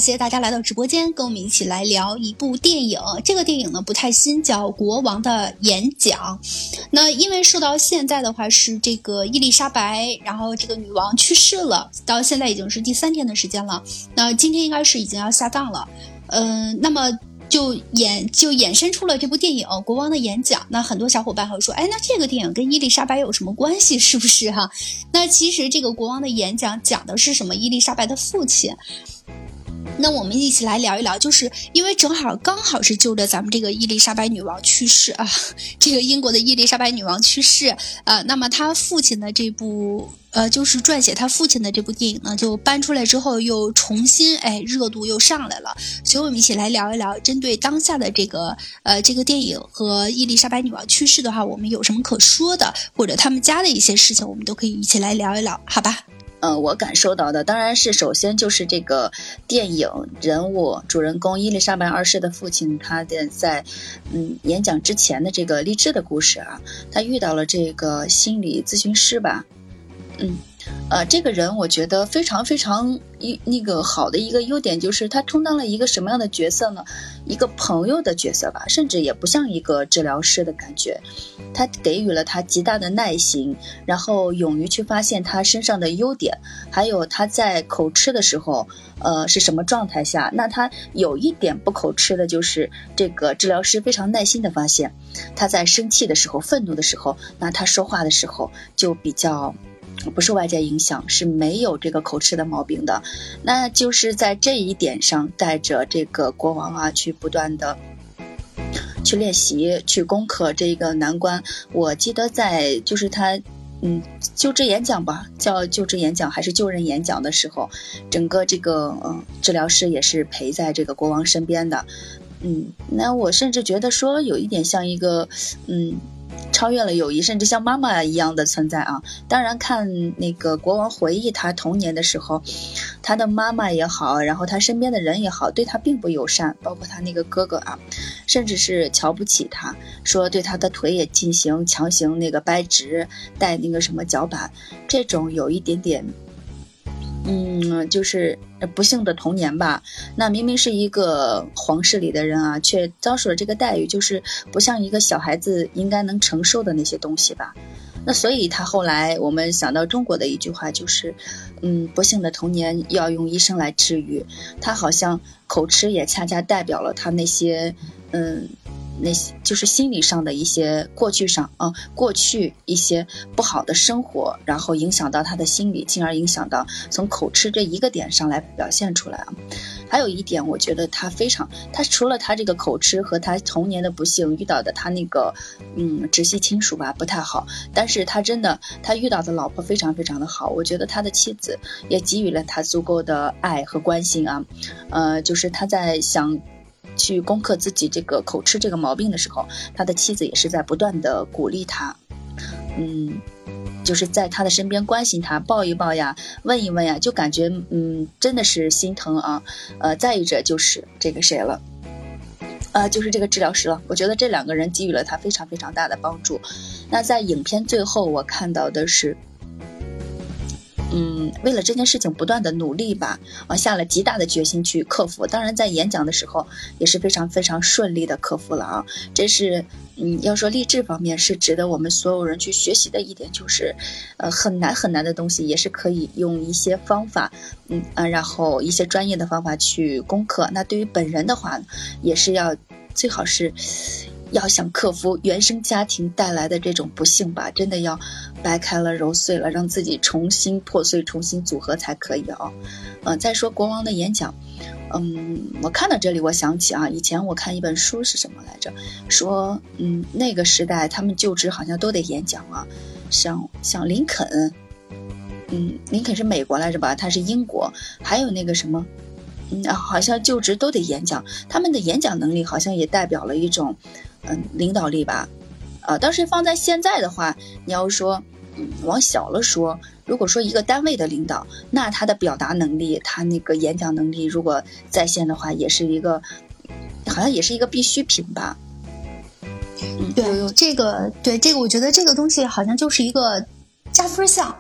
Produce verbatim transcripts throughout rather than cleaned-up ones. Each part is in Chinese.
谢大家来到直播间，跟我们一起来聊一部电影。这个电影呢不太新，叫《国王的演讲》。那因为受到现在的话是这个伊丽莎白，然后这个女王去世了，到现在已经是第三天的时间了。那今天应该是已经要下葬了。嗯、呃，那么。就衍就衍生出了这部电影《国王的演讲》。那很多小伙伴会说，哎，那这个电影跟伊丽莎白有什么关系？是不是哈？那其实这个《国王的演讲》讲的是什么？伊丽莎白的父亲。那我们一起来聊一聊，就是因为正好刚好是就着咱们这个伊丽莎白女王去世啊，这个英国的伊丽莎白女王去世啊，那么她父亲的这部呃，就是撰写他父亲的这部电影呢，就搬出来之后又重新哎热度又上来了，所以我们一起来聊一聊，针对当下的这个呃这个电影和伊丽莎白女王去世的话，我们有什么可说的，或者他们家的一些事情，我们都可以一起来聊一聊，好吧？ 呃，我感受到的当然是首先就是这个电影人物主人公伊丽莎白二世的父亲，他的在嗯演讲之前的这个励志的故事啊，他遇到了这个心理咨询师吧，嗯。呃，这个人我觉得非常非常一那个好的一个优点就是他充当了一个什么样的角色呢？一个朋友的角色吧，甚至也不像一个治疗师的感觉。他给予了他极大的耐心，然后勇于去发现他身上的优点，还有他在口吃的时候，呃，是什么状态下？那他有一点不口吃的就是这个治疗师非常耐心的发现，他在生气的时候、愤怒的时候，那他说话的时候就比较。不受外界影响，是没有这个口吃的毛病的。那就是在这一点上带着这个国王啊去不断的去练习去攻克这个难关。我记得在就是他嗯就职演讲吧，叫就职演讲还是就任演讲的时候，整个这个呃治疗师也是陪在这个国王身边的。嗯，那我甚至觉得说有一点像一个嗯超越了友谊，甚至像妈妈一样的存在啊！当然，看那个国王回忆他童年的时候，他的妈妈也好，然后他身边的人也好，对他并不友善，包括他那个哥哥啊，甚至是瞧不起他，说对他的腿也进行强行那个掰直，带那个什么脚板，这种有一点点。嗯，就是不幸的童年吧。那明明是一个皇室里的人啊，却遭受了这个待遇，就是不像一个小孩子应该能承受的那些东西吧。那所以他后来我们想到中国的一句话就是，嗯，不幸的童年要用医生来治愈。他好像口吃也恰恰代表了他那些，嗯。那就是心理上的一些过去上啊、呃，过去一些不好的生活，然后影响到他的心理，进而影响到从口吃这一个点上来表现出来啊。还有一点，我觉得他非常，他除了他这个口吃和他童年的不幸遇到的他那个嗯直系亲属吧不太好，但是他真的他遇到的老婆非常非常的好，我觉得他的妻子也给予了他足够的爱和关心啊，呃，就是他在想。去攻克自己这个口吃这个毛病的时候，他的妻子也是在不断的鼓励他，嗯，就是在他的身边关心他，抱一抱呀，问一问呀，就感觉嗯真的是心疼啊。呃，再一者就是这个谁了，呃，就是这个治疗师了。我觉得这两个人给予了他非常非常大的帮助。那在影片最后，我看到的是。嗯，为了这件事情不断的努力吧，啊，下了极大的决心去克服。当然，在演讲的时候也是非常非常顺利的克服了啊。这是，嗯，要说励志方面是值得我们所有人去学习的一点，就是，呃，很难很难的东西也是可以用一些方法，嗯啊，然后一些专业的方法去攻克。那对于本人的话，也是要最好是。要想克服原生家庭带来的这种不幸吧，真的要掰开了揉碎了，让自己重新破碎重新组合才可以啊。呃，再说国王的演讲，嗯，我看到这里我想起啊，以前我看一本书是什么来着，说嗯那个时代他们就职好像都得演讲啊，像像林肯，嗯林肯是美国来着吧，他是英国，还有那个什么嗯，好像就职都得演讲，他们的演讲能力好像也代表了一种嗯领导力吧。呃，但是放在现在的话，你要说嗯往小了说，如果说一个单位的领导，那他的表达能力，他那个演讲能力如果在线的话，也是一个好像也是一个必需品吧。 嗯，对，这个对这个我觉得这个东西好像就是一个加分项。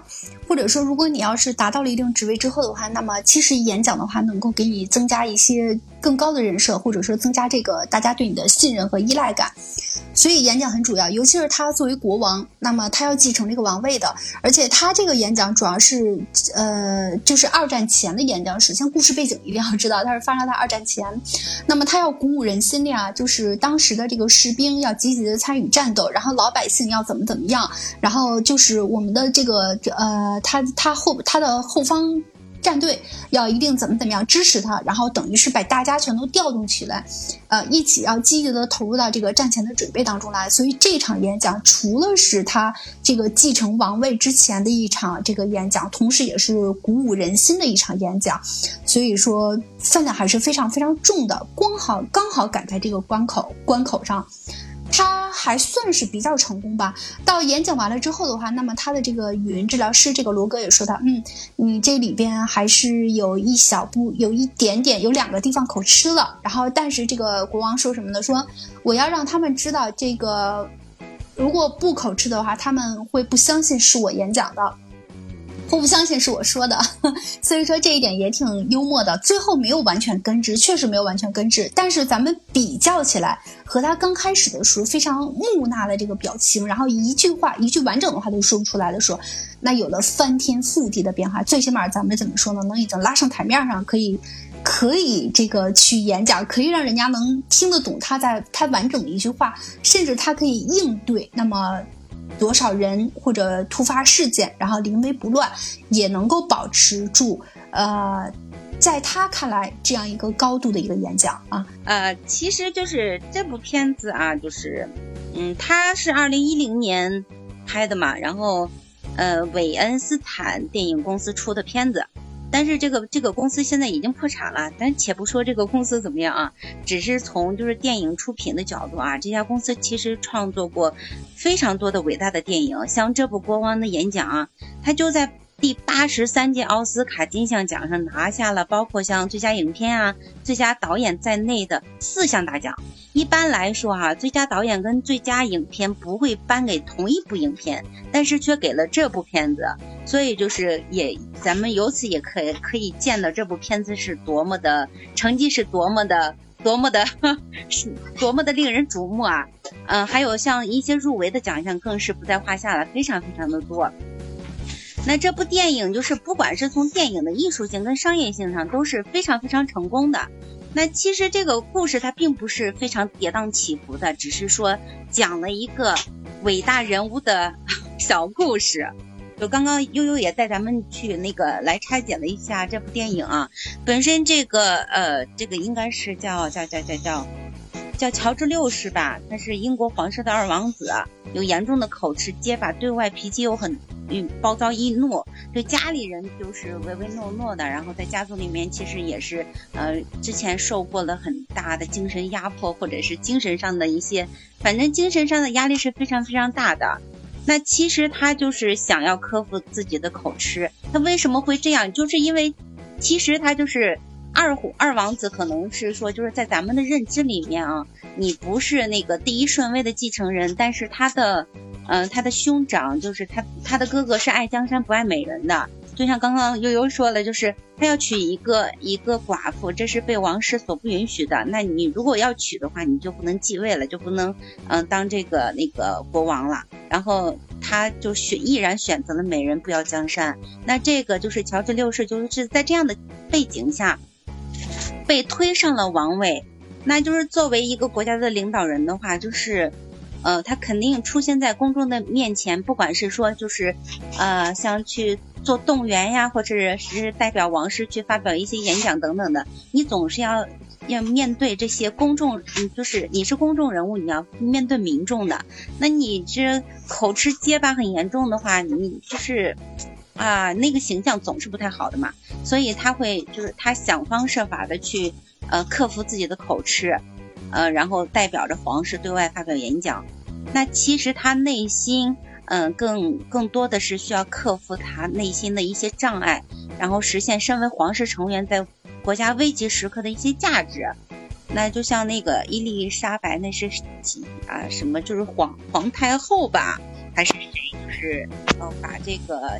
或者说如果你要是达到了一定职位之后的话，那么其实演讲的话能够给你增加一些更高的人设，或者说增加这个大家对你的信任和依赖感。所以演讲很主要，尤其是他作为国王，那么他要继承这个王位的，而且他这个演讲主要是呃，就是二战前的演讲史，像故事背景一定要知道，它是发生在二战前。那么他要鼓舞人心的呀，就是当时的这个士兵要积极的参与战斗，然后老百姓要怎么怎么样，然后就是我们的这个呃，他他后他的后方战队要一定怎么怎么样支持他，然后等于是把大家全都调动起来，呃，一起要积极的投入到这个战前的准备当中来。所以这场演讲除了是他这个继承王位之前的一场这个演讲，同时也是鼓舞人心的一场演讲，所以说分量还是非常非常重的，光好刚好赶在这个关口关口上。他还算是比较成功吧。到演讲完了之后的话，那么他的这个语音治疗师这个罗哥也说到，嗯，你这里边还是有一小步，有一点点，有两个地方口吃了。然后，但是这个国王说什么呢？说我要让他们知道，这个如果不口吃的话，他们会不相信是我演讲的。我不相信是我说的，所以说这一点也挺幽默的。最后没有完全根治，确实没有完全根治，但是咱们比较起来，和他刚开始的时候非常木讷的这个表情，然后一句话一句完整的话都说不出来的时候，那有了翻天覆地的变化。最起码咱们怎么说呢，能已经拉上台面上，可以可以这个去演讲，可以让人家能听得懂他在他完整的一句话，甚至他可以应对那么多少人或者突发事件，然后临危不乱，也能够保持住呃，在他看来这样一个高度的一个演讲啊。 呃，其实就是这部片子啊，就是嗯，它是二零一零年拍的嘛，然后呃，韦恩斯坦电影公司出的片子。但是这个这个公司现在已经破产了，但且不说这个公司怎么样啊，只是从就是电影出品的角度啊，这家公司其实创作过非常多的伟大的电影，像这部《国王的演讲》啊，它就在第八十三届奥斯卡金像奖上拿下了包括像最佳影片啊、最佳导演在内的四项大奖。一般来说啊，最佳导演跟最佳影片不会颁给同一部影片，但是却给了这部片子，所以就是也咱们由此也可以可以见到这部片子是多么的成绩是多么的多么的是多么的令人瞩目啊。嗯、呃，还有像一些入围的奖项更是不在话下了，非常非常的多。那这部电影就是不管是从电影的艺术性跟商业性上都是非常非常成功的。那其实这个故事它并不是非常跌宕起伏的，只是说讲了一个伟大人物的小故事。就刚刚悠悠也带咱们去那个来拆解了一下这部电影啊，本身这个呃这个应该是叫叫叫叫叫叫乔治六世吧，他是英国皇室的二王子，有严重的口吃结巴，对外脾气又很嗯暴躁易怒，对家里人就是唯唯诺诺的，然后在家族里面其实也是呃之前受过了很大的精神压迫，或者是精神上的一些，反正精神上的压力是非常非常大的。那其实他就是想要克服自己的口吃，他为什么会这样？就是因为其实他就是二虎二王子，可能是说就是在咱们的认知里面啊，你不是那个第一顺位的继承人，但是他的嗯、呃，他的兄长就是他他的哥哥是爱江山不爱美人的，就像刚刚悠悠说了，就是他要娶一个一个寡妇，这是被王室所不允许的。那你如果要娶的话，你就不能继位了，就不能嗯、呃、当这个那个国王了。然后他就选毅然选择了美人不要江山。那这个就是乔治六世就是在这样的背景下被推上了王位。那就是作为一个国家的领导人的话，就是呃，他肯定出现在公众的面前，不管是说就是呃，像去做动员呀，或者是代表王室去发表一些演讲等等的，你总是要要面对这些公众，就是你是公众人物，你要面对民众的。那你这口吃结巴很严重的话，你就是啊，那个形象总是不太好的嘛。所以他会就是他想方设法的去呃克服自己的口吃。呃，然后代表着皇室对外发表演讲。那其实他内心，嗯、呃，更更多的是需要克服他内心的一些障碍，然后实现身为皇室成员在国家危急时刻的一些价值。那就像那个伊丽莎白，那是啊什么，就是皇皇太后吧，还是谁，就是呃把这个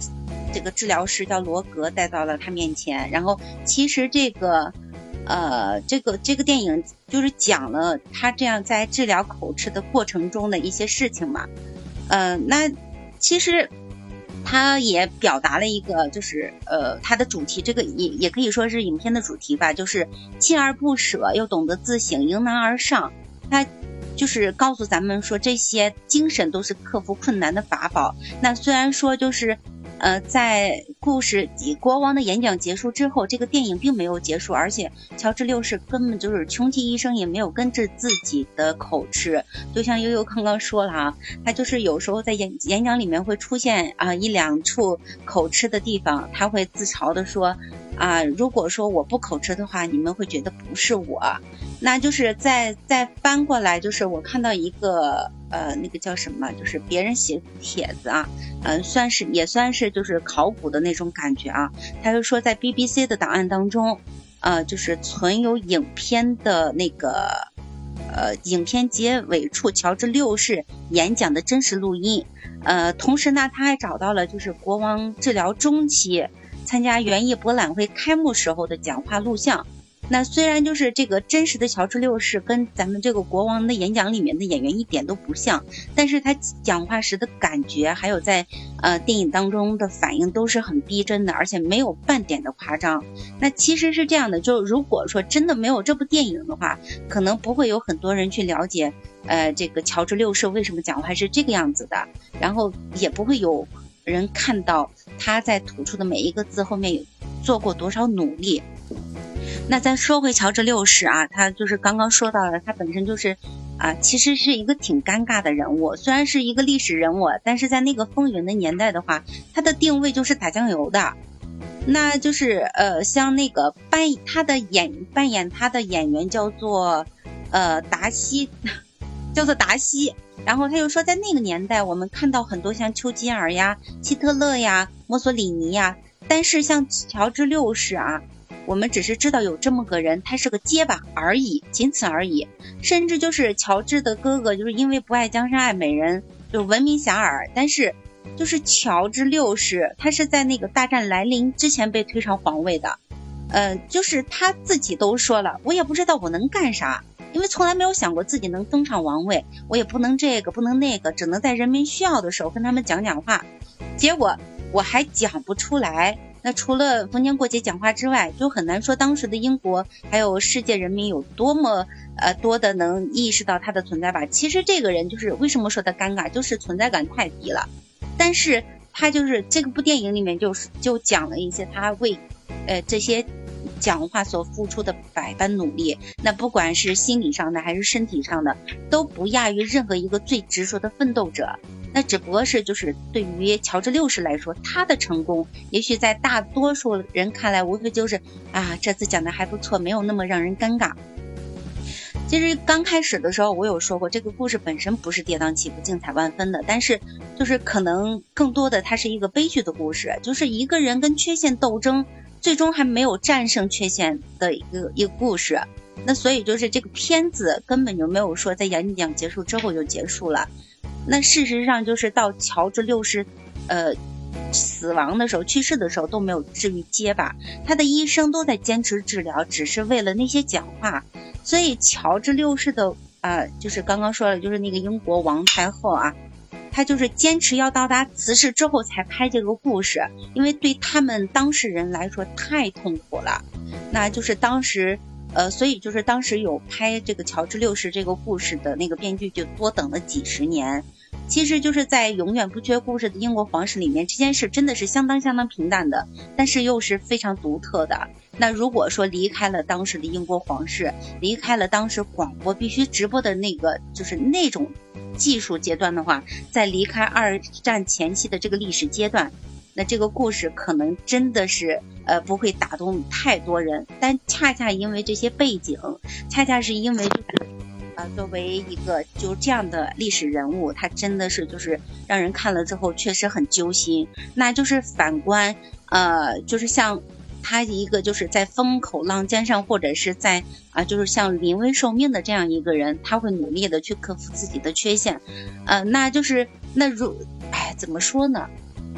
这个治疗师叫罗格带到了他面前，然后其实这个呃这个这个电影就是讲了他这样在治疗口吃的过程中的一些事情嘛。呃那其实他也表达了一个就是呃他的主题，这个也也可以说是影片的主题吧，就是锲而不舍又懂得自省，迎难而上。他就是告诉咱们说，这些精神都是克服困难的法宝。那虽然说就是呃，在故事国王的演讲结束之后，这个电影并没有结束，而且乔治六世根本就是穷其一生也没有根治自己的口吃。就像悠悠刚刚说了啊，他就是有时候在演演讲里面会出现啊一两处口吃的地方，他会自嘲的说啊，如果说我不口吃的话，你们会觉得不是我。那就是再再翻过来，就是我看到一个呃那个叫什么，就是别人写帖子啊，呃算是也算是就是考古的那种感觉啊。他就说在 B B C 的档案当中，呃就是存有影片的那个呃影片结尾处乔治六世演讲的真实录音。呃同时呢，他还找到了就是国王治疗中期参加园艺博览会开幕时候的讲话录像。那虽然就是这个真实的乔治六世跟咱们这个国王的演讲里面的演员一点都不像，但是他讲话时的感觉还有在呃电影当中的反应都是很逼真的，而且没有半点的夸张。那其实是这样的，就如果说真的没有这部电影的话，可能不会有很多人去了解呃这个乔治六世为什么讲话是这个样子的，然后也不会有人看到他在吐出的每一个字后面有做过多少努力。那再说回乔治六世啊，他就是刚刚说到了，他本身就是啊，其实是一个挺尴尬的人物。虽然是一个历史人物，但是在那个风云的年代的话，他的定位就是打酱油的。那就是呃，像那个扮他的演扮演他的演员叫做呃达西，叫做达西。然后他又说，在那个年代，我们看到很多像丘吉尔呀、希特勒呀、墨索里尼呀，但是像乔治六世啊。我们只是知道有这么个人，他是个结巴而已，仅此而已。甚至就是乔治的哥哥，就是因为不爱江山爱美人，就闻名遐迩。但是就是乔治六世，他是在那个大战来临之前被推上皇位的。呃，就是他自己都说了，我也不知道我能干啥，因为从来没有想过自己能登上王位，我也不能这个不能那个，只能在人民需要的时候跟他们讲讲话。结果我还讲不出来。那除了逢年过节讲话之外，就很难说当时的英国还有世界人民有多么呃多的能意识到他的存在吧。其实这个人就是为什么说他尴尬，就是存在感太低了。但是他就是这个部电影里面就是就讲了一些他为呃这些讲话所付出的百般努力，那不管是心理上的还是身体上的，都不亚于任何一个最执着的奋斗者。那只不过是就是对于乔治六世来说，他的成功也许在大多数人看来无非就是啊这次讲的还不错，没有那么让人尴尬。其实刚开始的时候我有说过，这个故事本身不是跌宕起伏精彩万分的，但是就是可能更多的它是一个悲剧的故事，就是一个人跟缺陷斗争，最终还没有战胜缺陷的一个一个故事。那所以就是这个片子根本就没有说在演讲结束之后就结束了。那事实上就是到乔治六世呃死亡的时候去世的时候都没有治愈结巴，他的医生都在坚持治疗，只是为了那些讲话。所以乔治六世的呃就是刚刚说了，就是那个英国王太后啊，他就是坚持要到达辞世之后才拍这个故事，因为对他们当事人来说太痛苦了。那就是当时呃，所以就是当时有拍这个乔治六世这个故事的那个编剧就多等了几十年。其实就是在永远不缺故事的英国皇室里面，这件事真的是相当相当平淡的，但是又是非常独特的。那如果说离开了当时的英国皇室，离开了当时广播必须直播的那个就是那种技术阶段的话，再离开二战前期的这个历史阶段，那这个故事可能真的是呃不会打动太多人。但恰恰因为这些背景，恰恰是因为就是呃作为一个就这样的历史人物，他真的是就是让人看了之后确实很揪心。那就是反观呃就是像他一个就是在风口浪尖上，或者是在啊就是像临危受命的这样一个人，他会努力的去克服自己的缺陷。呃那就是那如哎怎么说呢，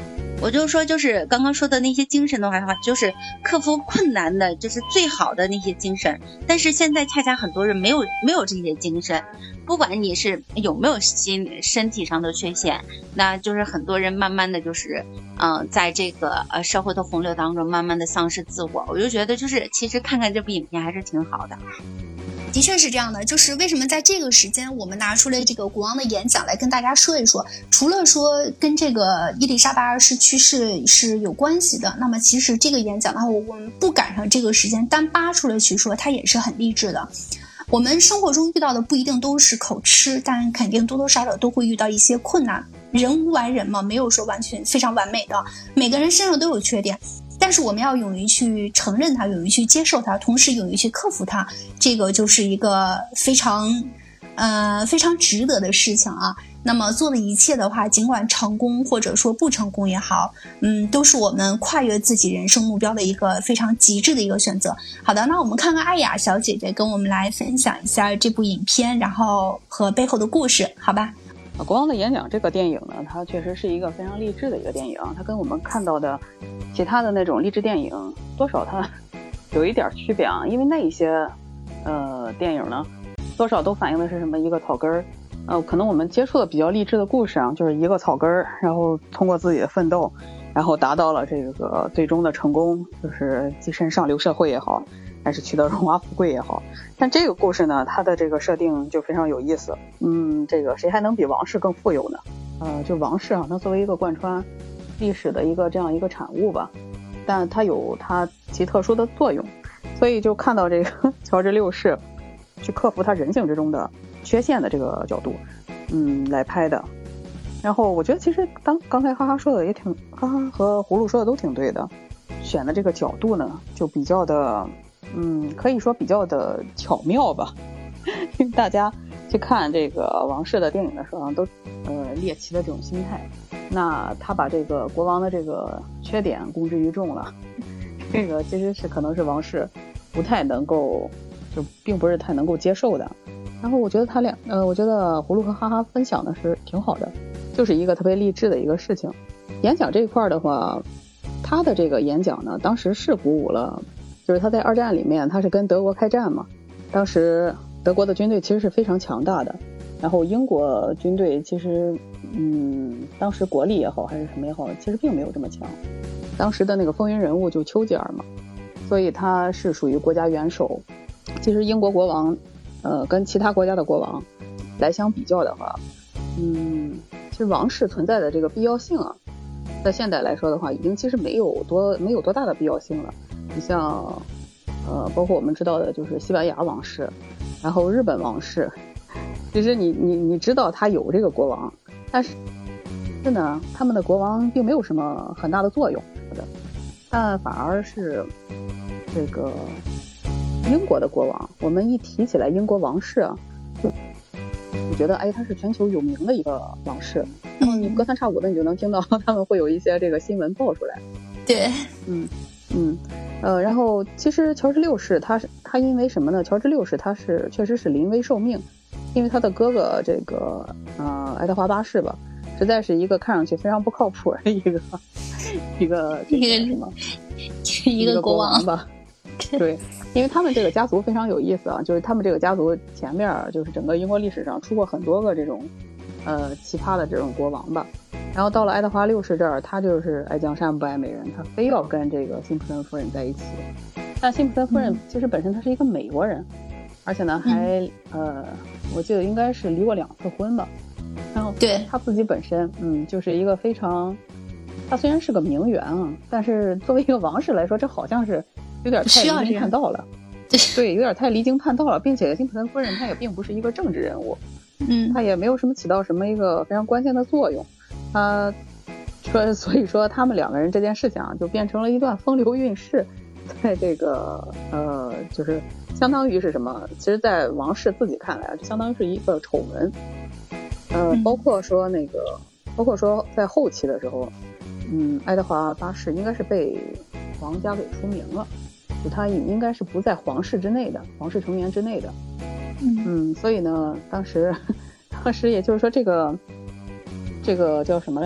我就说就是刚刚说的那些精神的话，就是克服困难的，就是最好的那些精神。但是现在恰恰很多人没有没有这些精神，不管你是有没有心身体上的缺陷，那就是很多人慢慢的就是嗯、呃，在这个呃社会的洪流当中慢慢的丧失自我。我就觉得就是其实看看这部影片还是挺好的。 的确是这样的，就是为什么在这个时间我们拿出来这个国王的演讲来跟大家说一说，除了说跟这个伊丽莎白二世去世是有关系的，那么其实这个演讲的话，我们不赶上这个时间单扒出来去说，它也是很励志的。我们生活中遇到的不一定都是口吃，但肯定多多少少都会遇到一些困难，人无完人嘛，没有说完全非常完美的，每个人身上都有缺点，但是我们要勇于去承认它，勇于去接受它，同时勇于去克服它，这个就是一个非常呃非常值得的事情啊。那么做的一切的话，尽管成功或者说不成功也好，嗯，都是我们跨越自己人生目标的一个非常极致的一个选择。好的，那我们看看艾雅小姐姐跟我们来分享一下这部影片，然后和背后的故事，好吧？ 国王的演讲这个电影呢，它确实是一个非常励志的一个电影，它跟我们看到的其他的那种励志电影多少它有一点区别啊，因为那一些呃电影呢，多少都反映的是什么一个草根儿，呃，可能我们接触的比较励志的故事啊，就是一个草根儿，然后通过自己的奋斗，然后达到了这个最终的成功，就是跻身上流社会也好，还是取得荣华富贵也好。但这个故事呢，它的这个设定就非常有意思。嗯，这个谁还能比王室更富有呢？呃，就王室啊，它作为一个贯穿历史的一个这样一个产物吧，但它有它其特殊的作用，所以就看到这个乔治六世去克服他人性之中的缺陷的这个角度，嗯，来拍的。然后我觉得其实当刚才哈哈说的也挺，哈哈和葫芦说的都挺对的，选的这个角度呢就比较的，嗯，可以说比较的巧妙吧。因为大家去看这个王室的电影的时候都呃猎奇的这种心态，那他把这个国王的这个缺点公之于众了，这个其实是可能是王室不太能够，就并不是太能够接受的。然后我觉得他俩呃我觉得葫芦和哈哈分享的是挺好的，就是一个特别励志的一个事情。演讲这一块的话，他的这个演讲呢当时是鼓舞了，就是他在二战里面他是跟德国开战嘛，当时德国的军队其实是非常强大的，然后英国军队其实嗯当时国力也好还是什么也好，其实并没有这么强。当时的那个风云人物就丘吉尔嘛，所以他是属于国家元首。其实英国国王呃跟其他国家的国王来相比较的话，嗯其实王室存在的这个必要性啊，在现代来说的话已经其实没有多没有多大的必要性了。你像呃包括我们知道的就是西班牙王室，然后日本王室，其实你你你知道他有这个国王，但是是呢他们的国王并没有什么很大的作用的，但反而是这个英国的国王，我们一提起来英国王室啊，就你觉得哎他是全球有名的一个王室，然后你隔三差五的你就能听到他们会有一些这个新闻爆出来。 对， 嗯嗯呃，然后其实乔治六世他是他因为什么呢？乔治六世他是确实是临危受命，因为他的哥哥这个呃爱德华八世吧，实在是一个看上去非常不靠谱的一个一个这个什么一个国王吧。对，因为他们这个家族非常有意思啊，就是他们这个家族前面就是整个英国历史上出过很多个这种呃奇葩的这种国王吧。然后到了爱德华六世这儿，他就是爱江山不爱美人，他非要跟这个辛普森夫人在一起。但辛普森夫人其实本身她是一个美国人，而且呢还、嗯、呃，我记得应该是离过两次婚吧。然后对他自己本身，嗯，就是一个非常，他虽然是个名媛啊，但是作为一个王室来说，这好像是有点太离经叛道了。对，有点太离经叛道了，并且辛普森夫人她也并不是一个政治人物， 嗯， 她也没有什么起到什么一个非常关键的作用。他说，所以说他们两个人这件事情啊，就变成了一段风流韵事，在这个呃，就是相当于是什么？其实，在王室自己看来啊，就相当于是一个丑闻。呃，包括说那个，包括说在后期的时候，嗯，爱德华八世应该是被皇家给除名了，就他应该是不在皇室之内的，皇室成员之内的。 嗯嗯，所以呢，当时，当时也就是说这个。这个叫什么来着？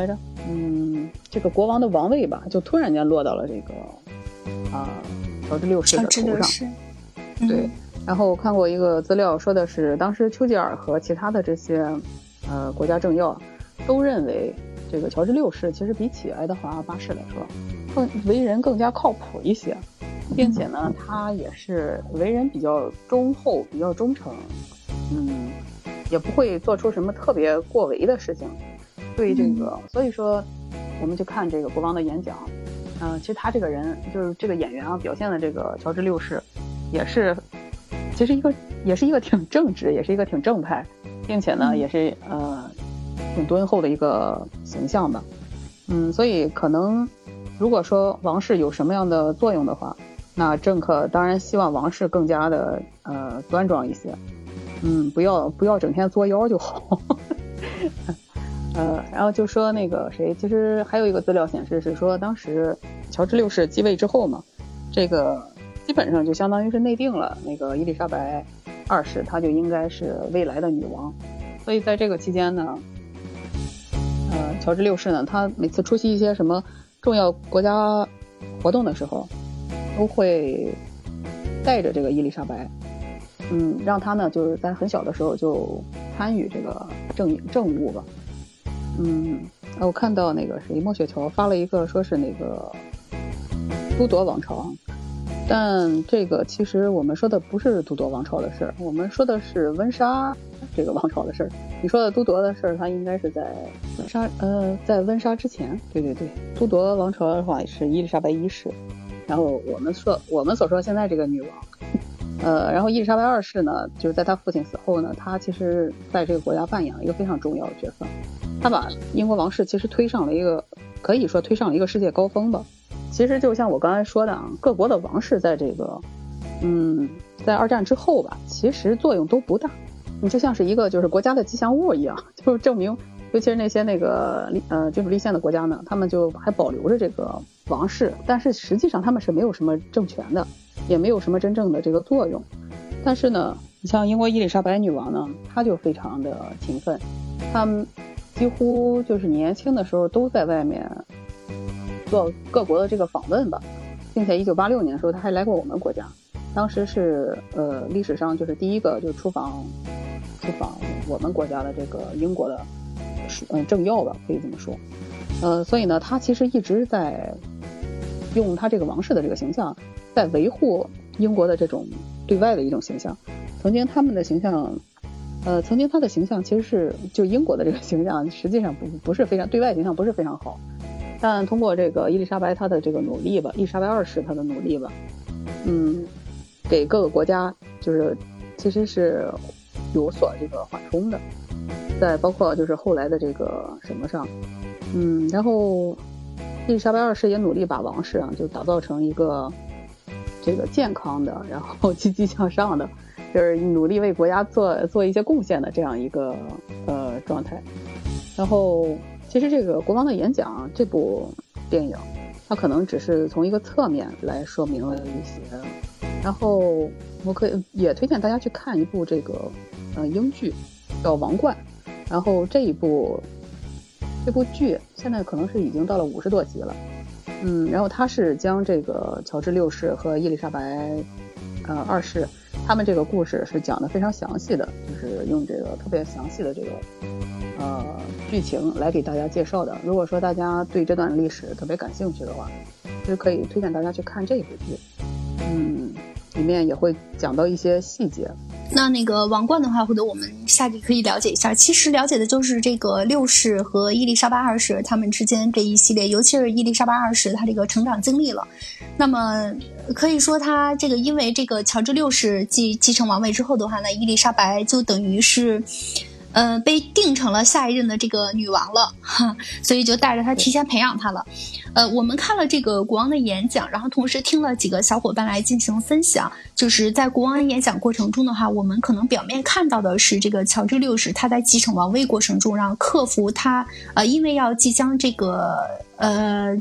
嗯，这个国王的王位吧，就突然间落到了这个啊乔治六世的头上。 嗯、 对，然后看过一个资料说的是，当时丘吉尔和其他的这些呃国家政要都认为，这个乔治六世其实比起爱德华八世来说，更为人更加靠谱一些，并且呢，他也是为人比较忠厚、比较忠诚，嗯，也不会做出什么特别过为的事情。对这个，所以说，我们就看这个国王的演讲，嗯、呃，其实他这个人就是这个演员啊，表现的这个乔治六世。也是，其实一个也是一个挺正直，也是一个挺正派，并且呢，也是呃挺敦厚的一个形象吧。嗯，所以可能如果说王室有什么样的作用的话，那政客当然希望王室更加的呃端庄一些。嗯，不要不要整天作妖就好。呃，然后就说那个谁，其实还有一个资料显示是说，当时乔治六世继位之后嘛，这个。基本上就相当于是内定了，那个伊丽莎白二世她就应该是未来的女王。所以在这个期间呢，呃，乔治六世呢，他每次出席一些什么重要国家活动的时候，都会带着这个伊丽莎白，嗯，让她呢就是在很小的时候就参与这个政政务吧。嗯，我看到那个谁莫雪乔发了一个说是那个都铎王朝。但这个其实我们说的不是都铎王朝的事儿，我们说的是温莎这个王朝的事儿。你说的都铎的事儿，它应该是在温莎，呃，在温莎之前。对对对，都铎王朝的话是伊丽莎白一世，然后我们说我们所说现在这个女王，呃，然后伊丽莎白二世呢，就是在她父亲死后呢，她其实在这个国家扮演了一个非常重要的角色，她把英国王室其实推上了一个，可以说推上了一个世界高峰吧。其实就像我刚才说的啊，各国的王室在这个，嗯，在二战之后吧，其实作用都不大。你就像是一个就是国家的吉祥物一样，就证明，尤其是那些那个呃君主立宪的国家呢，他们就还保留着这个王室，但是实际上他们是没有什么政权的，也没有什么真正的这个作用。但是呢，你像英国伊丽莎白女王呢，她就非常的勤奋，她们几乎就是年轻的时候都在外面做各国的这个访问吧，并且一九八六年的时候他还来过我们国家，当时是呃历史上就是第一个就出访出访我们国家的这个英国的嗯、呃、政要吧，可以这么说。呃，所以呢，他其实一直在用他这个王室的这个形象，在维护英国的这种对外的一种形象。曾经他们的形象，呃，曾经他的形象其实是就英国的这个形象，实际上不不是非常对外形象不是非常好。但通过这个伊丽莎白她的这个努力吧，伊丽莎白二世她的努力吧，嗯，给各个国家就是其实是有所这个缓冲的，在包括就是后来的这个什么上，嗯，然后伊丽莎白二世也努力把王室啊就打造成一个这个健康的，然后积极向上的，就是努力为国家做做一些贡献的这样一个呃状态，然后。其实这个《国王的演讲》这部电影，它可能只是从一个侧面来说明了一些。然后我可以也推荐大家去看一部这个呃英剧，叫《王冠》。然后这一部这部剧现在可能是已经到了五十多集了，嗯，然后它是将这个乔治六世和伊丽莎白呃二世他们这个故事是讲得非常详细的，就是用这个特别详细的这个。呃，剧情来给大家介绍的。如果说大家对这段历史特别感兴趣的话，其实可以推荐大家去看这部剧。嗯，里面也会讲到一些细节。 那那个王冠的话，或者我们下集可以了解一下。其实了解的就是这个六世和伊丽莎白二世他们之间这一系列，尤其是伊丽莎白二世她这个成长经历了。那么可以说，他这个因为这个乔治六世继继承王位之后的话呢，伊丽莎白就等于是。呃，被定成了下一任的这个女王了，哈，所以就带着她提前培养她了。呃，我们看了这个国王的演讲，然后同时听了几个小伙伴来进行分享。就是在国王演讲过程中的话，我们可能表面看到的是这个乔治六世他在继承王位过程中，然后克服他呃，因为要即将这个呃。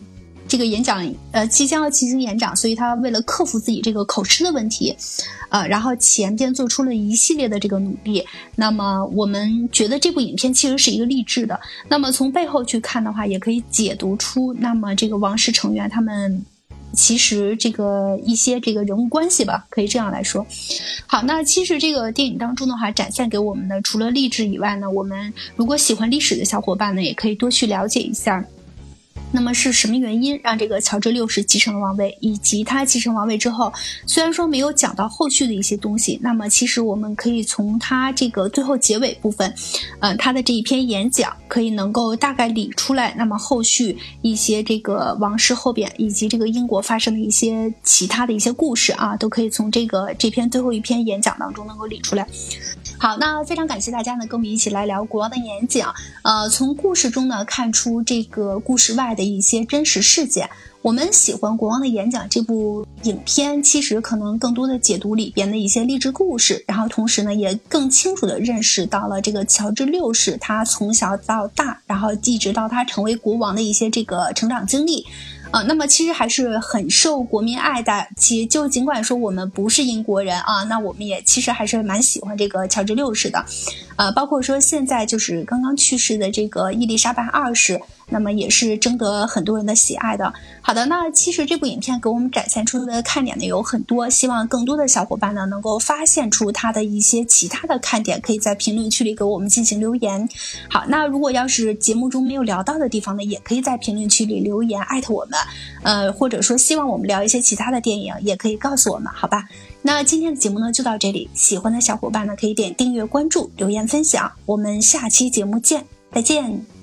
这个演讲呃即将要进行演讲，所以他为了克服自己这个口吃的问题，呃，然后前边做出了一系列的这个努力。那么我们觉得这部影片其实是一个励志的。那么从背后去看的话，也可以解读出那么这个王室成员他们其实这个一些这个人物关系吧，可以这样来说。好，那其实这个电影当中的话，展现给我们的除了励志以外呢，我们如果喜欢历史的小伙伴呢，也可以多去了解一下。那么是什么原因让这个乔治六世继承了王位，以及他继承王位之后，虽然说没有讲到后续的一些东西，那么其实我们可以从他这个最后结尾部分，呃，他的这一篇演讲可以能够大概理出来，那么后续一些这个王室后边以及这个英国发生的一些其他的一些故事啊，都可以从这个这篇最后一篇演讲当中能够理出来。好，那非常感谢大家呢，跟我们一起来聊国王的演讲。呃，从故事中呢看出这个故事外的一些真实事件。我们喜欢《国王的演讲》这部影片，其实可能更多的解读里边的一些励志故事，然后同时呢，也更清楚的认识到了这个乔治六世他从小到大，然后一直到他成为国王的一些这个成长经历。呃，那么其实还是很受国民爱戴。其实就尽管说我们不是英国人啊，那我们也其实还是蛮喜欢这个乔治六世的。呃，包括说现在就是刚刚去世的这个伊丽莎白二世，那么也是征得很多人的喜爱的。好的，那其实这部影片给我们展现出的看点呢有很多，希望更多的小伙伴呢能够发现出它的一些其他的看点，可以在评论区里给我们进行留言。好，那如果要是节目中没有聊到的地方呢，也可以在评论区里留言艾特我们，呃，或者说希望我们聊一些其他的电影，也可以告诉我们，好吧？那今天的节目呢就到这里，喜欢的小伙伴呢可以点订阅关注，留言分享，我们下期节目见，再见。